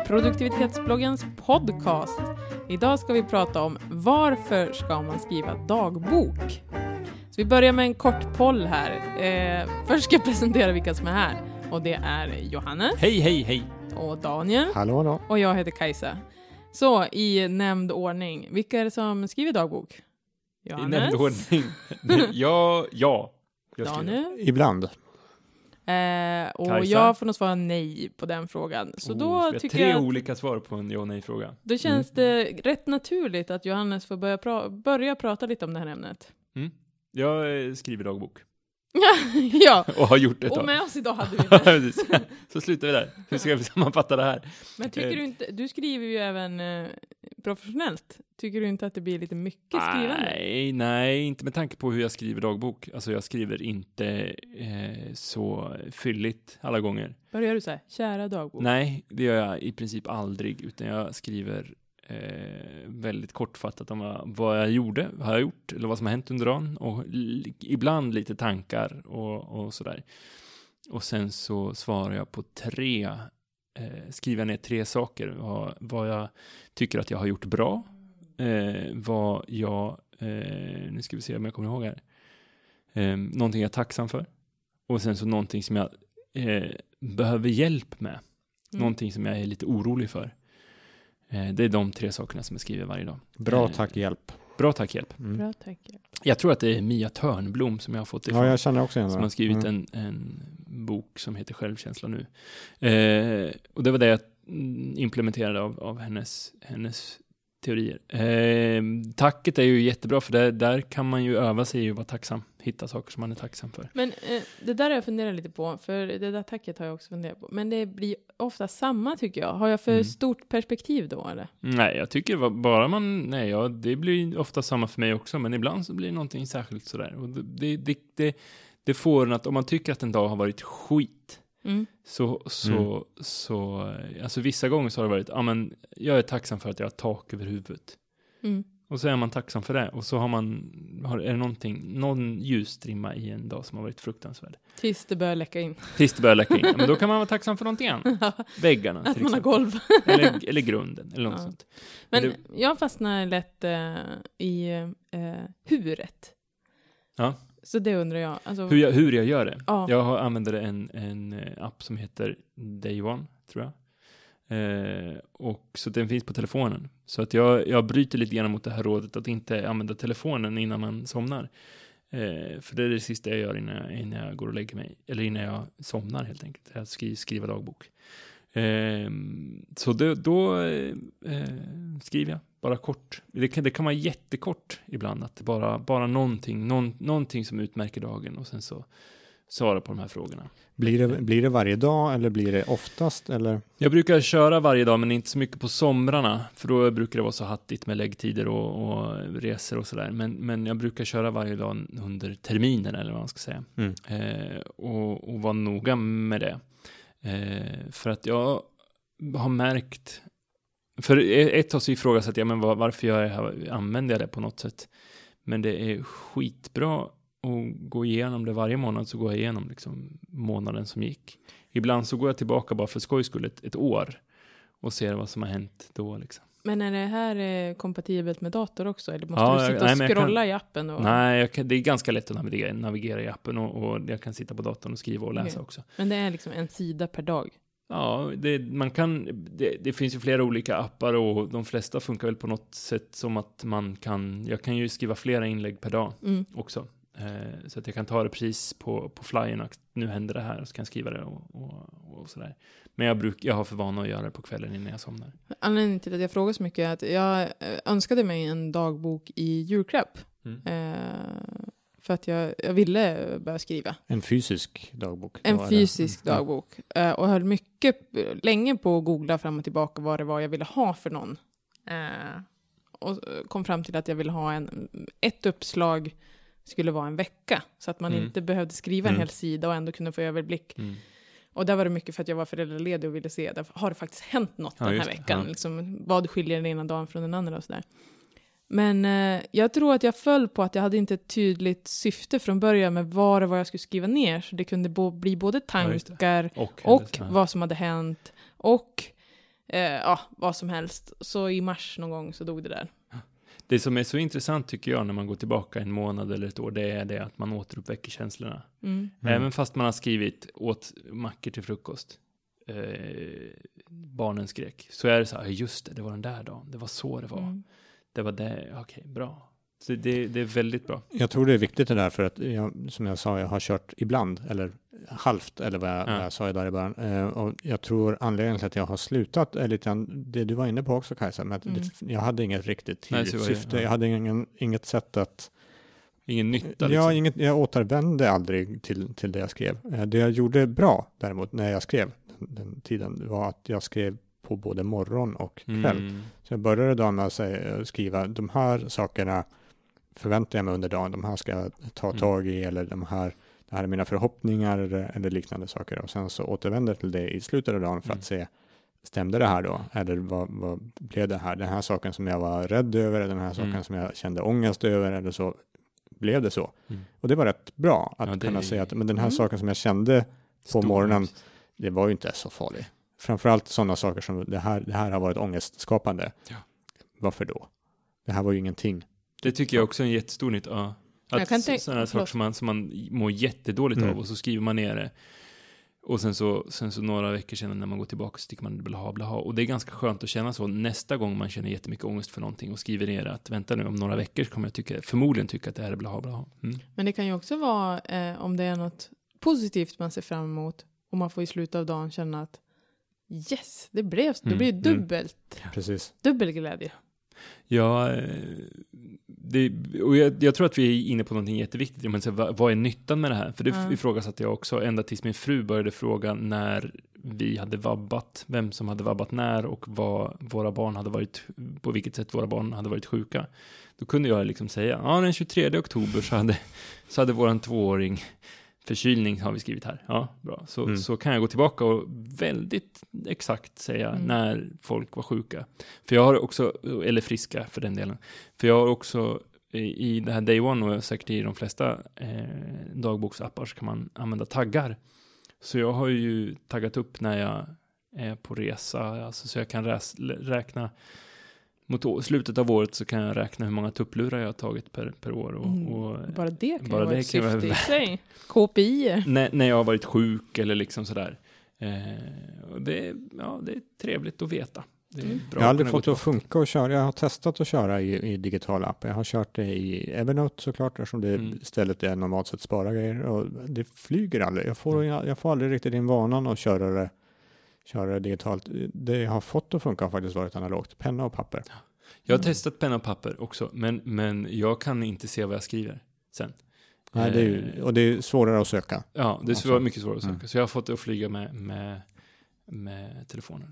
Produktivitetsbloggens podcast. Idag ska vi prata om varför ska man skriva dagbok? Så vi börjar med en kort poll här. Först ska jag presentera vilka som är här. Och det är Johannes. Hej, hej, hej. Och Daniel. Hallå då. Och jag heter Kajsa. Så i nämnd ordning. Vilka är det som skriver dagbok? Johannes. I nämnd ordning. Ja. Jag Daniel. Ibland. Och Kajsa? jag får nog svara nej på den frågan. Så då vi har tycker tre jag att olika svar på en ja och nej-fråga. då känns det rätt naturligt att Johannes får börja prata lite om det här ämnet. Jag skriver dagbok. Ja, Och har gjort det ett och tag. med oss idag hade vi det. Precis. Så slutar vi där. Hur ska vi sammanfatta det här? Men tycker du inte, du skriver ju även professionellt. Tycker du inte att det blir lite mycket skrivande? Nej, inte med tanke på hur jag skriver dagbok. Alltså jag skriver inte så fylligt alla gånger. Börjar du så här, kära dagbok? Nej, det gör jag i princip aldrig. Utan jag skriver väldigt kortfattat om vad jag gjorde, vad jag gjort eller vad som har hänt under dagen. Och ibland lite tankar och sådär. Och sen så svarar jag på skriver ner 3 saker. Vad jag tycker att jag har gjort bra. Vad jag, nu ska vi se om jag kommer ihåg här. Någonting jag är tacksam för. Och sen så någonting som jag behöver hjälp med. Någonting som jag är lite orolig för. Det är de 3 sakerna som jag skriver varje dag. Bra, tack, hjälp. Bra, tack, hjälp. Bra, tack. Jag tror att det är Mia Törnblom som jag har fått ifrån. Ja, jag känner också igen det. Som har skrivit en bok som heter Självkänsla nu. Och det var det jag implementerade av hennes teorier. Tacket är ju jättebra för där kan man ju öva sig och vara tacksam. Hitta saker som man är tacksam för. Men det där har jag funderat lite på. För det där tacket har jag också funderat på. Men det blir ofta samma tycker jag. Har jag för stort perspektiv då eller? Nej, jag tycker bara det blir ofta samma för mig också. Men ibland så blir det någonting särskilt sådär. Och det får en att om man tycker att en dag har varit skit. Alltså vissa gånger så har det varit men jag är tacksam för att jag har tak över huvudet. Och så är man tacksam för det. Och så är det någon ljusstrimma i en dag som har varit fruktansvärd. Tills det börjar läcka in. Ja, men då kan man vara tacksam för någonting annat. Väggarna att man har golv. eller grunden eller något sånt. Men jag fastnar lätt i huret. Ja. Så det undrar jag. Alltså, Hur jag gör det? Ja. Jag använder en app som heter Day One, tror jag. Och så den finns på telefonen. Så att jag bryter lite grann mot det här rådet att inte använda telefonen innan man somnar. För det är det sista jag gör innan jag går och lägger mig. Eller innan jag somnar helt enkelt. Jag skriver dagbok. Så då skriver jag bara kort. Det kan vara jättekort ibland. Att bara någonting som utmärker dagen. Och sen så svara på de här frågorna. Blir det varje dag eller blir det oftast? Eller? Jag brukar köra varje dag men inte så mycket på somrarna. För då brukar det vara så hattigt med läggtider och resor och sådär. Men jag brukar köra varje dag under terminen eller vad man ska säga. Och vara noga med det. För att jag har märkt... För ett tag så ifrågasatte jag varför använder jag det på något sätt. Men det är skitbra att gå igenom det varje månad, så går jag igenom liksom månaden som gick. Ibland så går jag tillbaka bara för skojs skull ett år och ser vad som har hänt då liksom. Men är det här kompatibelt med dator också? Eller måste du sitta och scrolla i appen? Nej, det är ganska lätt att navigera i appen och jag kan sitta på datorn och skriva och läsa också. Men det är liksom en sida per dag? Ja, det finns ju flera olika appar och de flesta funkar väl på något sätt som att jag kan ju skriva flera inlägg per dag också. Så att jag kan ta det precis på flyen och nu händer det här och så kan jag skriva det och sådär. Men jag har för vana att göra det på kvällen innan jag somnar. Anledningen till att jag frågar så mycket är att jag önskade mig en dagbok i julklapp. För att jag ville börja skriva. En fysisk dagbok? En fysisk dagbok. Och höll mycket länge på att googla fram och tillbaka vad det var jag ville ha för någon. Och kom fram till att jag ville ha ett uppslag skulle vara en vecka. Så att man inte behövde skriva en hel sida och ändå kunde få överblick. Och där var det mycket för att jag var föräldraledig och ville se. Där har det faktiskt hänt något den här veckan? Ja. Liksom, vad skiljer den ena dagen från den andra och sådär. Men jag tror att jag föll på att jag hade inte ett tydligt syfte från början med vad det var jag skulle skriva ner. Så det kunde bli både tankar och vad som hade hänt. Och vad som helst. Så i mars någon gång så dog det där. Det som är så intressant tycker jag när man går tillbaka en månad eller ett år, det är det att man återuppväcker känslorna. Även fast man har skrivit åt mackor till frukost, barnen skrek, så är det så här, just det var den där dagen, det var så det var. Det var det, okej, bra. Så det är väldigt bra. Jag tror det är viktigt det där för att som jag sa, jag har kört ibland eller halvt eller vad jag sa där i början. Och jag tror anledningen till att jag har slutat är lite grann det du var inne på också, Kajsa, med att jag hade inget riktigt syfte. Jag hade inget sätt att... Ingen nytta liksom. Jag återvände aldrig till det jag skrev. Det jag gjorde bra däremot när jag skrev den tiden var att jag skrev på både morgon och kväll. Så jag började dagen med att skriva de här sakerna förväntar jag mig under dagen. De här ska jag ta tag i eller det här är mina förhoppningar eller liknande saker. Och sen så återvänder jag till det i slutet av dagen för att se, stämde det här då? Eller vad blev det här? Den här saken som jag var rädd över, den här saken som jag kände ångest över eller så, blev det så. Och det var rätt bra att kunna säga att men den här saken som jag kände på morgonen, det var ju inte så farligt. Framförallt sådana saker som det här har varit ångestskapande. Ja. Varför då? Det här var ju ingenting. Det tycker jag också är en jättestor nytt. Ja. Att sådana saker som man mår jättedåligt av och så skriver man ner det. Och sen så några veckor sedan när man går tillbaka så tycker man blaha. Och det är ganska skönt att känna så nästa gång man känner jättemycket ångest för någonting och skriver ner att vänta nu om några veckor så kommer jag förmodligen tycka att det här är blaha. Men det kan ju också vara om det är något positivt man ser fram emot och man får i slutet av dagen känna att yes, det blir dubbelt. Precis. Dubbel glädje. Ja, och jag tror att vi är inne på någonting jätteviktigt. Men vad är nyttan med det här? För det ifrågasatte jag också ända tills min fru började fråga när vi hade vabbat, vem som hade vabbat när och vad våra barn hade varit, på vilket sätt våra barn hade varit sjuka. Då kunde jag liksom säga, den 23 oktober så hade våran 2-åring förkylning har vi skrivit här. Ja, bra. Så kan jag gå tillbaka och väldigt exakt säga när folk var sjuka. För jag har också, eller friska för den delen. För jag har också i det här Day One och säkert i de flesta dagboksappar så kan man använda taggar. Så jag har ju taggat upp när jag är på resa. Alltså så jag kan räkna mot slutet av året så kan jag räkna hur många tupplurar jag har tagit per år. Och bara det kan vara ett syfte i sig. KPI. När jag har varit sjuk eller liksom sådär. Och det är trevligt att veta. Det är bra. Jag har aldrig fått det att funka att köra. Jag har testat att köra i digitala appar. Jag har kört det i Evernote såklart, eftersom det stället är normalt sett spara grejer. Och det flyger aldrig. Jag får aldrig riktigt in vanan att köra det digitalt. Det jag har fått att funka har faktiskt varit analogt. Penna och papper. Jag har testat penna och papper också. Men jag kan inte se vad jag skriver sen. Nej, det är svårare att söka. Ja, det är mycket svårare att söka. Så jag har fått det att flyga med telefonen.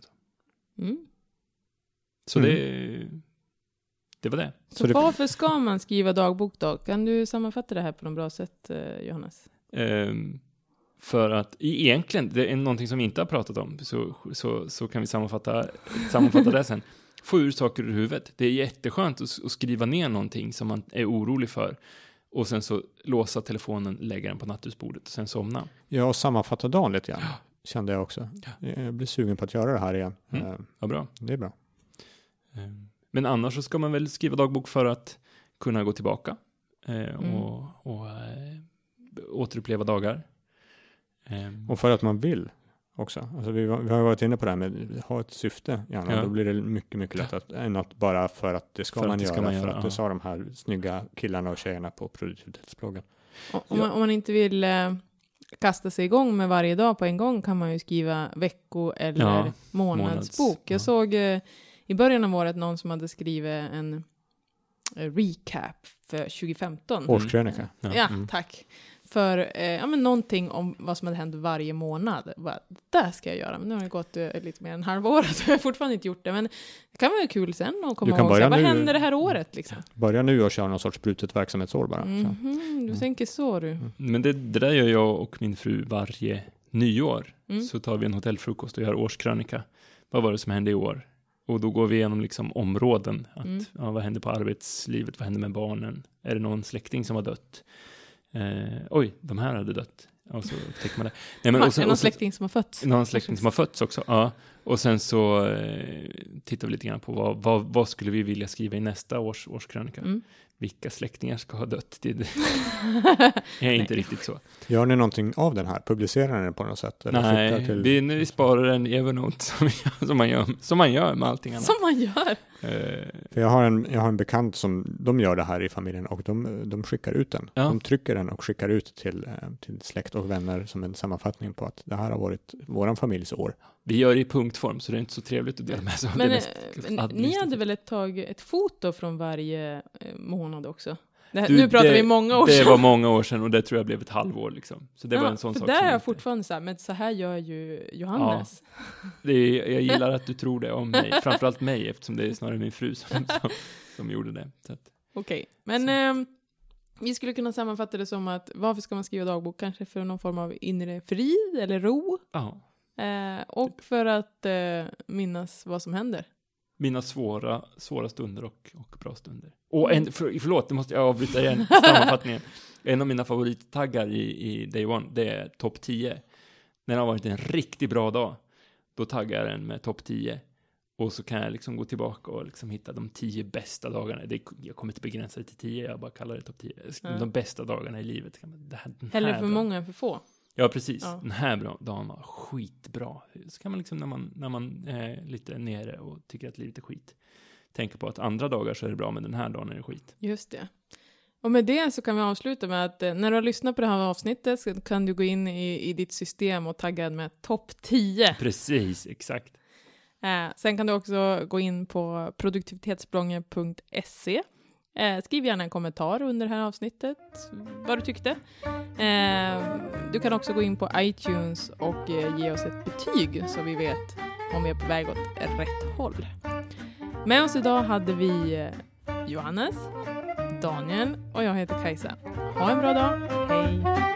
Så det var det. Så varför ska man skriva dagbok då? Kan du sammanfatta det här på något bra sätt, Johannes? För att egentligen, det är någonting som vi inte har pratat om, så kan vi sammanfatta det sen. Få ur saker ur huvudet. Det är jätteskönt att skriva ner någonting som man är orolig för. Och sen så låsa telefonen, lägga den på nattduksbordet och sen somna. Ja, och sammanfatta dagen lite grann, kände jag också. Jag blir sugen på att göra det här igen. Ja, bra. Det är bra. Men annars så ska man väl skriva dagbok för att kunna gå tillbaka och återuppleva dagar. Och för att man vill också. Alltså vi har varit inne på det här med att ha ett syfte. Då blir det mycket, mycket lättare än att bara för att det ska man göra. För att det sa de här snygga killarna och tjejerna på produktivitetsbloggen. Om man inte vill kasta sig igång med varje dag på en gång kan man ju skriva vecko- eller månadsbok. Jag såg i början av året någon som hade skrivit en recap för 2015. Årskrönika. Ja, tack. För någonting om vad som hade hänt varje månad. Det ska jag göra. Men nu har det gått lite mer än halvår så jag har fortfarande inte gjort det. Men det kan vara kul sen att komma ihåg. Vad händer det här året? Liksom? Börja nu och köra någon sorts brutet verksamhetsår bara. Du tänker så du. Men det där gör jag och min fru varje nyår. Så tar vi en hotellfrukost och gör årskrönika. Vad var det som hände i år? Och då går vi igenom liksom områden. Vad hände på arbetslivet? Vad hände med barnen? Är det någon släkting som har dött? De här hade dött. Och så upptäcker man det. Nej, men någon släkting som har fötts. Någon släkting som har fötts också, ja. Och sen så tittar vi lite grann på vad skulle vi vilja skriva i nästa års krönika. Vilka släktingar ska ha dött? Det är inte riktigt så. Gör ni någonting av den här? Publicerar ni den på något sätt? Eller Nej, vi sparar den i Evernote som man gör med allting annat. Som man gör? För jag har en bekant som de gör det här i familjen och de skickar ut den. Ja. De trycker den och skickar ut till släkt och vänner som en sammanfattning på att det här har varit våran familjs år. Vi gör det i punktform så det är inte så trevligt att dela med sig av. Men ni hade väl ett foto från varje månad också? Nu pratar vi många år sedan. Det var många år sedan och det tror jag blev ett halvår liksom. Så det var en sån sak. För där är jag fortfarande så här, men så här gör ju Johannes. Ja, jag gillar att du tror det om mig. Framförallt mig eftersom det är snarare min fru som gjorde det. Okej, men vi skulle kunna sammanfatta det som att varför ska man skriva dagbok? Kanske för någon form av inre frid eller ro. Ja. Och för att minnas vad som händer. Mina svåra stunder och bra stunder. Och förlåt, det måste jag avbryta igen sammanfattningen. En av mina favorittaggar i Day One, det är topp 10. När det har varit en riktigt bra dag, då taggar jag den med topp 10. Och så kan jag liksom gå tillbaka och liksom hitta de 10 bästa dagarna. Jag kommer inte begränsa det till 10, jag bara kallar det topp 10. De bästa dagarna i livet. Hellre för många än för få. Ja, precis. Ja. Den här dagen var skitbra. Så kan man liksom när man är lite nere och tycker att livet är skit, tänka på att andra dagar så är det bra, men den här dagen är det skit. Just det. Och med det så kan vi avsluta med att när du har lyssnat på det här avsnittet så kan du gå in i ditt system och tagga med topp 10. Precis, exakt. Sen kan du också gå in på produktivitetsbloggen.se. Skriv gärna en kommentar under det här avsnittet vad du tyckte. Du kan också gå in på iTunes och ge oss ett betyg så vi vet om vi är på väg åt rätt håll. Med oss idag hade vi Johannes, Daniel och jag heter Kajsa. Ha en bra dag. Hej!